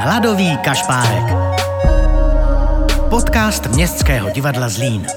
Hladový kašpárek. Podcast Městského divadla Zlín.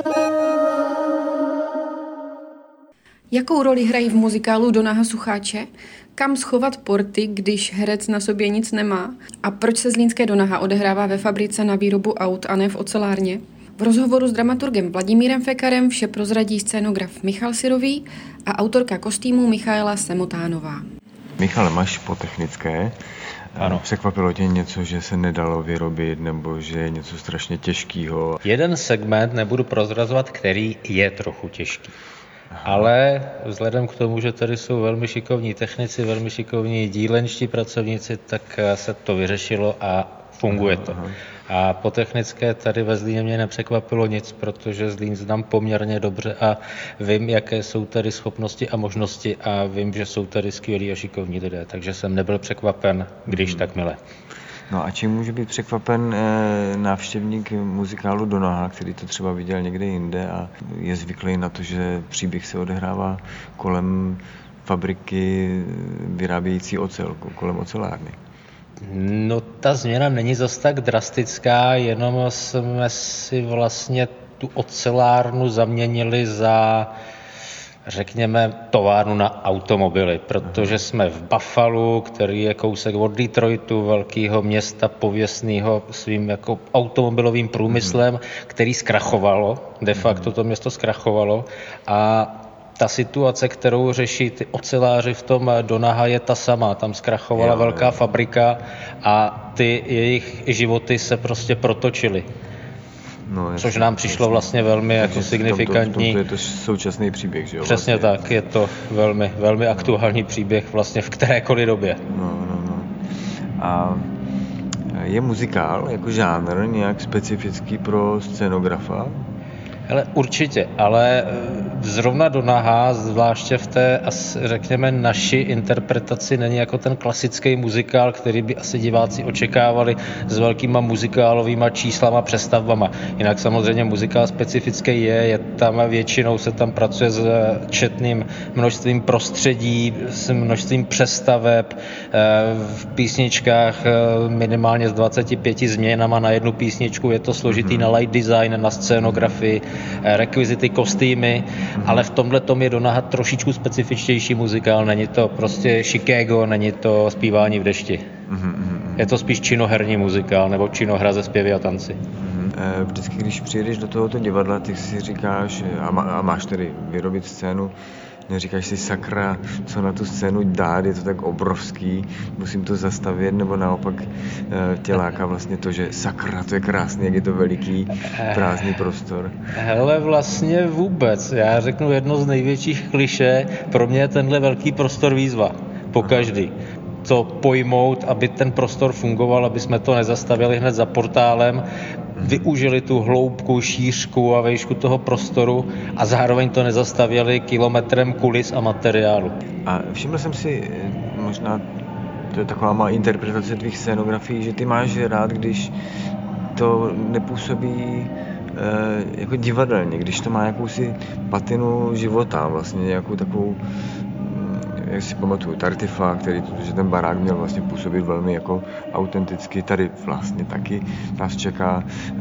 Jakou roli hrají v muzikálu Donaha Sucháče? Kam schovat porty, když herec na sobě nic nemá? A proč se zlínské Donaha odehrává ve fabrice na výrobu aut a ne v ocelárně? V rozhovoru s dramaturgem Vladimírem Fekarem vše prozradí scénograf Michal Syrový a autorka kostýmů Michaela Semotánová. Michale, máš po technické. Ano. Překvapilo tě něco, že se nedalo vyrobit, nebo že je něco strašně těžkého? Jeden segment, nebudu prozrazovat, který je trochu těžký. Ale vzhledem k tomu, že tady jsou velmi šikovní technici, velmi šikovní dílenští pracovníci, tak se to vyřešilo a funguje to. A po technické tady ve Zlíně mě nepřekvapilo nic, protože Zlín znám poměrně dobře a vím, jaké jsou tady schopnosti a možnosti a vím, že jsou tady skvělí a šikovní lidé, takže jsem nebyl překvapen, když tak mile. No a čím může být překvapen návštěvník muzikálu Donaha, který to třeba viděl někde jinde a je zvyklý na to, že příběh se odehrává kolem fabriky vyrábějící ocel, kolem ocelárny? No ta změna není zas tak drastická, jenom jsme si vlastně tu ocelárnu zaměnili za, řekněme, továrnu na automobily, protože jsme v Buffalu, který je kousek od Detroitu, velkého města pověstného svým jako automobilovým průmyslem, který zkrachovalo, de facto to město zkrachovalo a ta situace, kterou řeší ty oceláři v tom Donaha, je ta sama. Tam zkrachovala velká fabrika a ty jejich životy se prostě protočily. No, což nám přišlo vlastně velmi jako signifikantní. To je to současný příběh, že jo? Přesně vlastně. Tak, je to velmi, velmi aktuální příběh vlastně v kterékoliv době. No. A je muzikál jako žánr nějak specifický pro scénografa? Hele, určitě, ale zrovna Donaha, zvláště v té, řekněme, naší interpretaci, není jako ten klasický muzikál, který by asi diváci očekávali s velkýma muzikálovýma číslama, přestavbama. Jinak samozřejmě muzikál specifický je tam většinou se tam pracuje s četným množstvím prostředí, s množstvím přestaveb, v písničkách minimálně s 25 změnama na jednu písničku, je to složitý na light design, na scénografii, rekvizity, kostýmy, ale v tomhle tom je Donaha trošičku specifičtější muzikál, není to prostě Chicago, není to zpívání v dešti. Je to spíš činoherní muzikál nebo činohra ze zpěvy a tanci. Vždycky, když přijedeš do tohoto divadla, ty si říkáš, a máš tedy vyrobit scénu, neříkáš si sakra, co na tu scénu dát, je to tak obrovský, musím to zastavit, nebo naopak tě láká vlastně to, že sakra, to je krásný, jak je to veliký, prázdný prostor. Hele, vlastně vůbec. Já řeknu jedno z největších klišé, pro mě je tenhle velký prostor výzva, pokaždý. To pojmout, aby ten prostor fungoval, aby jsme to nezastavili hned za portálem, využili tu hloubku, šířku a výšku toho prostoru a zároveň to nezastavili kilometrem kulis a materiálu. A všiml jsem si, možná to je taková má interpretace tvých scénografií, že ty máš rád, když to nepůsobí jako divadelně, když to má jakousi patinu života, vlastně nějakou takovou, jak si pamatuju, Tartifa, že ten barák měl vlastně působit velmi jako autenticky, tady vlastně taky nás čeká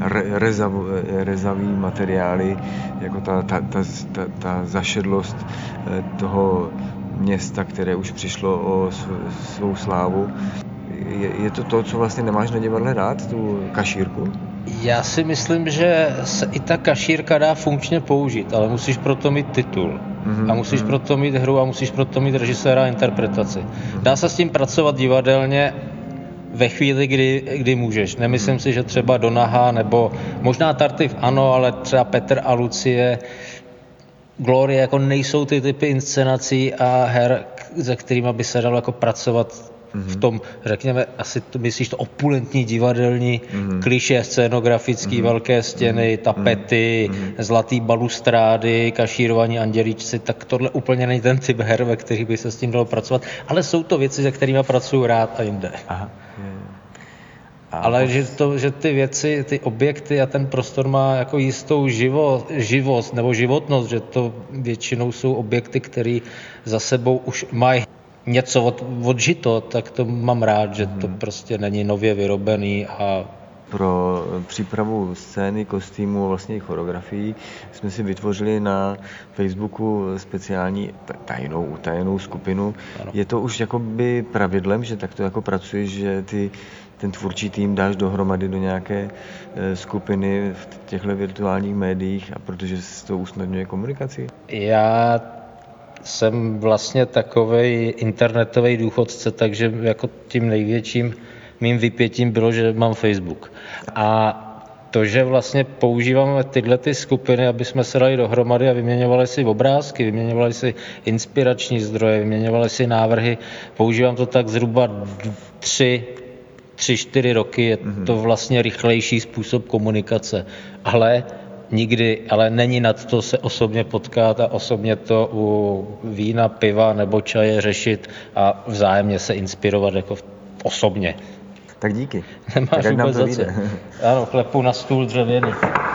rezavý materiály, jako ta zašedlost toho města, které už přišlo o svou slávu. Je to, co vlastně nemáš na divadle rád, tu kašírku? Já si myslím, že se i ta kašírka dá funkčně použít, ale musíš proto mít titul. A musíš proto mít hru a musíš proto mít režiséra a interpretaci. Dá se s tím pracovat divadelně ve chvíli, kdy můžeš. Nemyslím si, že třeba Donaha nebo možná Tartif ano, ale třeba Petr a Lucie, Glorie jako nejsou ty typy inscenací a her, se kterými by se dalo jako pracovat v tom, řekněme, asi to myslíš to opulentní divadelní klišé scénografický, velké stěny, tapety, zlatý balustrády, kašírovaní andělíčci, tak tohle úplně není ten typ her, ve kterých by se s tím dalo pracovat, ale jsou to věci, se kterými pracuji rád a jinde. Aha. Ale že ty věci, ty objekty a ten prostor má jako jistou živost nebo životnost, že to většinou jsou objekty, které za sebou už mají něco odžito, tak to mám rád, že to prostě není nově vyrobený a pro přípravu scény, kostýmů, vlastně i choreografií jsme si vytvořili na Facebooku speciální utajenou skupinu. Ano. Je to už jakoby pravidlem, že takto jako pracuješ, že ten tvůrčí tým dáš dohromady do nějaké skupiny v těchto virtuálních médiích, a protože se to usnadňuje komunikaci? Já jsem vlastně takovej internetový důchodce, takže jako tím největším mým vypětím bylo, že mám Facebook. A to, že vlastně používáme tyhle skupiny, aby jsme se dali dohromady a vyměňovali si obrázky, vyměňovali si inspirační zdroje, vyměňovali si návrhy, používám to tak zhruba 3-4 roky, je to vlastně rychlejší způsob komunikace. Ale není nad to se osobně potkat a osobně to u vína, piva nebo čaje řešit a vzájemně se inspirovat jako osobně. Tak díky. Nemáš vůbec za co. Ano, klepu na stůl dřevěný.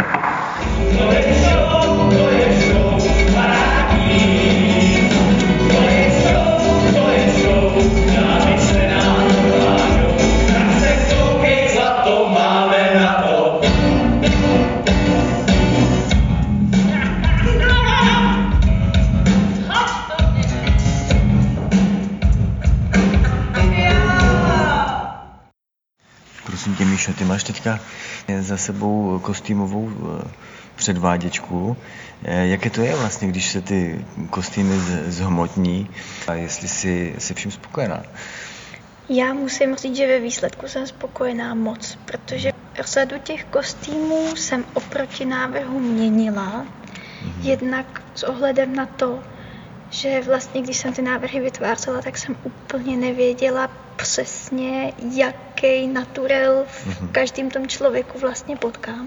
Prosím tě, Míšo, ty máš teďka za sebou kostýmovou předváděčku. Jaké to je vlastně, když se ty kostýmy zhmotní a jestli jsi se vším spokojená? Já musím říct, že ve výsledku jsem spokojená moc, protože řadu těch kostýmů jsem oproti návrhu měnila, jednak s ohledem na to, že vlastně, když jsem ty návrhy vytvářela, tak jsem úplně nevěděla přesně, jaký naturel v každém tom člověku vlastně potkám.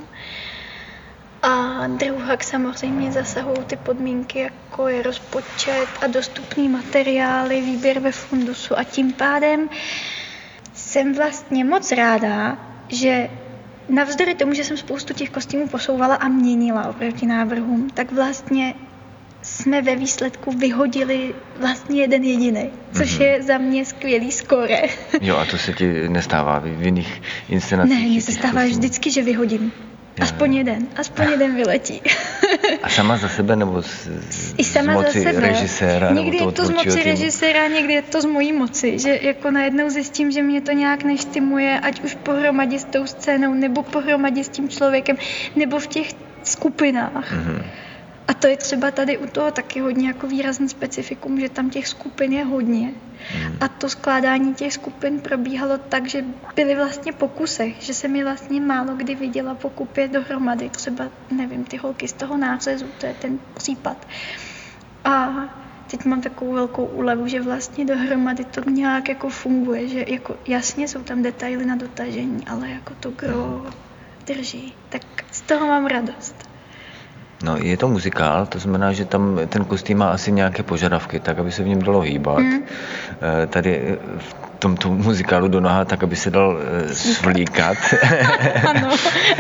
A druhak samozřejmě zasahují ty podmínky, jako je rozpočet a dostupný materiály, výběr ve fundusu. A tím pádem jsem vlastně moc ráda, že navzdory tomu, že jsem spoustu těch kostýmů posouvala a měnila oproti návrhům, tak vlastně jsme ve výsledku vyhodili vlastně jeden jediný, což je za mě skvělý skóre. Jo, a to se ti nestává v jiných inscenacích? Ne, mně se stává vždycky, že vyhodím. Aspoň jeden vyletí. A sama za sebe nebo z moci režiséra? Někdy je to z moci režiséra, někdy je to z mojí moci, že jako najednou zjistím, že mě to nějak neštimuje, ať už pohromadě s tou scénou, nebo pohromadě s tím člověkem, nebo v těch skupinách. A to je třeba tady u toho taky hodně jako výrazný specifikum, že tam těch skupin je hodně. A to skládání těch skupin probíhalo tak, že byly vlastně po kusech, že jsem je vlastně málo kdy viděla po kupě dohromady. Třeba, nevím, ty holky z toho nářezu, to je ten případ. A teď mám takovou velkou úlevu, že vlastně dohromady to nějak jako funguje, že jako jasně jsou tam detaily na dotažení, ale jako to gro drží. Tak z toho mám radost. No, je to muzikál, to znamená, že tam ten kostým má asi nějaké požadavky, tak aby se v něm dalo hýbat. Tady v tomto muzikálu do noha, tak aby se dal svlíkat. Ano.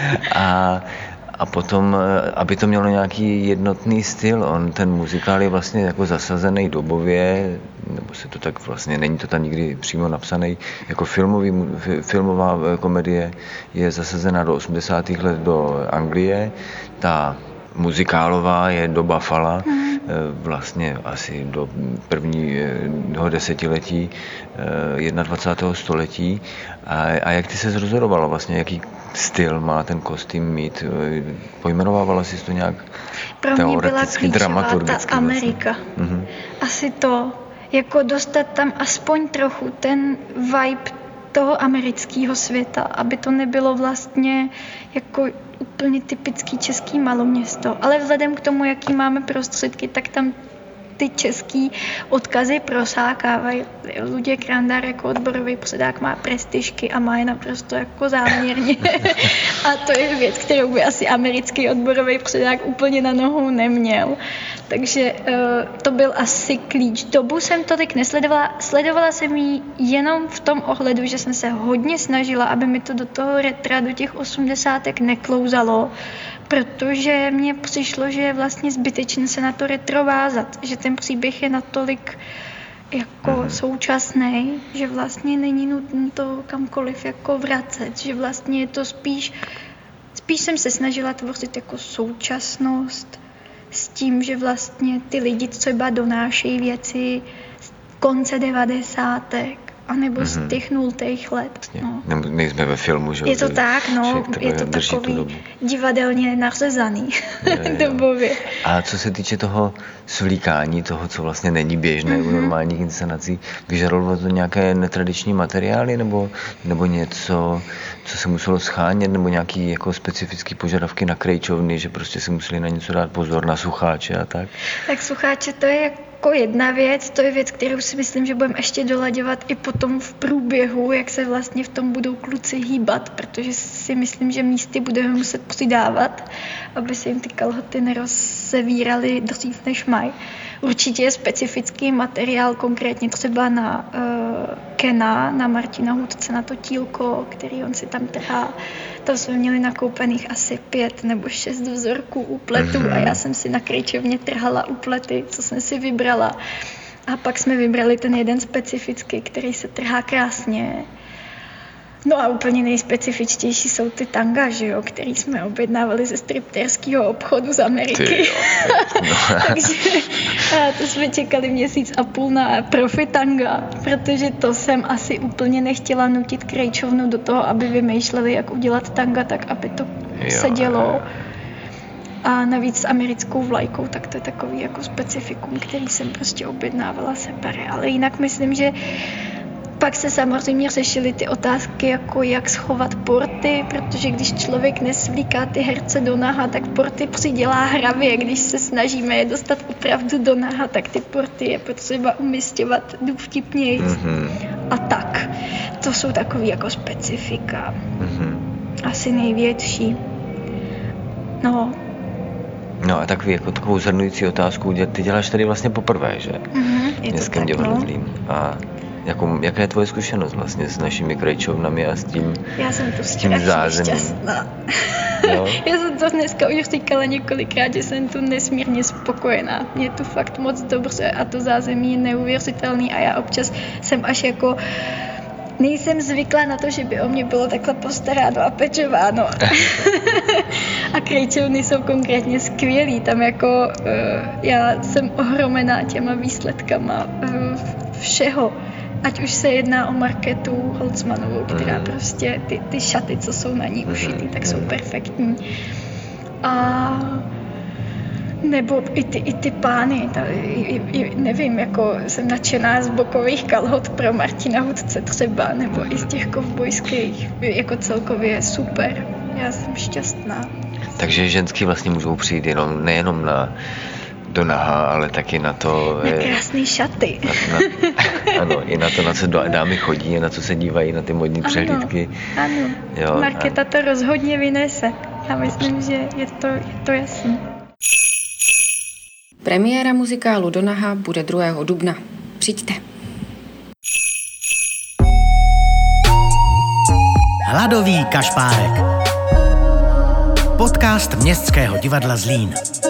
A potom, aby to mělo nějaký jednotný styl. Ten muzikál je vlastně jako zasazený dobově, nebo se to tak vlastně, není to tam nikdy přímo napsaný, jako filmová komedie je zasazena do 80. let do Anglie. Ta muzikálová je do Buffala, vlastně asi do prvního desetiletí 21. století. A jak ty se rozhodovala vlastně, jaký styl má ten kostým mít? Pojmenovávala jsi to nějak teoreticky, dramaturgicky? Ta Amerika. Vlastně. Asi to, jako dostat tam aspoň trochu ten vibe toho amerického světa, aby to nebylo vlastně jako úplně typický český maloměsto. Ale vzhledem k tomu, jaký máme prostředky, tak tam ty český odkazy prosákávají. Luděk Randár jako odborový předák má prestižky a má je naprosto jako záměrně. A to je věc, kterou by asi americký odborový předák úplně na nohou neměl. Takže to byl asi klíč. Dobu jsem tolik nesledovala. Sledovala jsem ji jenom v tom ohledu, že jsem se hodně snažila, aby mi to do toho retra, do těch 80. neklouzalo, protože mně přišlo, že je vlastně zbytečné se na to retro vázat, že ten příběh je natolik jako současný, že vlastně není nutné to kamkoliv jako vracet, že vlastně je to spíš jsem se snažila tvořit jako současnost s tím, že vlastně ty lidi třeba donášejí věci z konce 90. anebo z těch 0. let. No. Nejsme ve filmu, že? Je to tak, no, je to takový divadelně nařezaný dobově. A co se týče toho svlíkání, toho, co vlastně není běžné u normálních inscenací, vyžadovalo to nějaké netradiční materiály nebo něco, co se muselo schánět, nebo nějaký jako specifický požadavky na krejčovny, že prostě si museli na něco dát pozor, na sucháče a tak? Tak sucháče to je jako jedna věc, to je věc, kterou si myslím, že budeme ještě dolaďovat i potom v průběhu, jak se vlastně v tom budou kluci hýbat, protože si myslím, že místy budeme muset přidávat, aby se jim ty kalhoty nerozevíraly dřív než mají. Určitě je specifický materiál, konkrétně třeba na Kena, na Martina Hudce, na to tílko, který on si tam trhá. Tam jsme měli nakoupených asi 5 nebo 6 vzorků úpletů a já jsem si na krejčovně trhala úplety, co jsem si vybrala. A pak jsme vybrali ten jeden specifický, který se trhá krásně. No a úplně nejspecifičtější jsou ty tanga, že jo, který jsme objednávali ze striptérského obchodu z Ameriky. Takže to jsme čekali 1,5 měsíce na profi tanga, protože to jsem asi úplně nechtěla nutit krejčovnu do toho, aby vymýšleli, jak udělat tanga, tak aby to sedělo. A navíc s americkou vlajkou, tak to je takový jako specifikum, který jsem prostě objednávala separé. Ale jinak myslím, že pak se samozřejmě řešily ty otázky, jako jak schovat porty, protože když člověk nesvlíká ty herce do naha, tak porty přidělá hravě. Když se snažíme je dostat opravdu do naha, tak ty porty je potřeba umisťovat vtipnějc. A tak. To jsou takový jako specifika. Asi největší. No a takovou zhrnující otázku, ty děláš tady vlastně poprvé, že? Městském divadle Zlín. A jaká je tvoje zkušenost vlastně s našimi krejčovnami a s tím Já jsem tu strašně šťastná. Já jsem to dneska už říkala několikrát, že jsem tu nesmírně spokojená. Mě tu fakt moc dobře a to zázemí je neuvěřitelný a já občas jsem až jako nejsem zvyklá na to, že by o mě bylo takhle postaráno a pečováno. A krejčovny jsou konkrétně skvělý. Tam jako já jsem ohromená těma výsledkama všeho. Ať už se jedná o Markétu Holcmanovou, která prostě ty šaty, co jsou na ní ušitý, tak jsou perfektní. A nebo i ty pány, nevím, jako jsem nadšená z bokových kalhot pro Martina Hudce třeba, nebo i z těch kovbojských, jako celkově super. Já jsem šťastná. Takže ženský vlastně můžou přijít nejenom do naha, ale taky na to... Na krásný šaty. Ano, i na to, na co dámy chodí, na co se dívají, na ty modní přehlídky. Ano, jo, Markéta to rozhodně vynese. Já myslím, že je to jasný. Premiéra muzikálu Do naha bude 2. dubna. Přijďte. Hladový kašpárek. Podcast Městského divadla Zlín.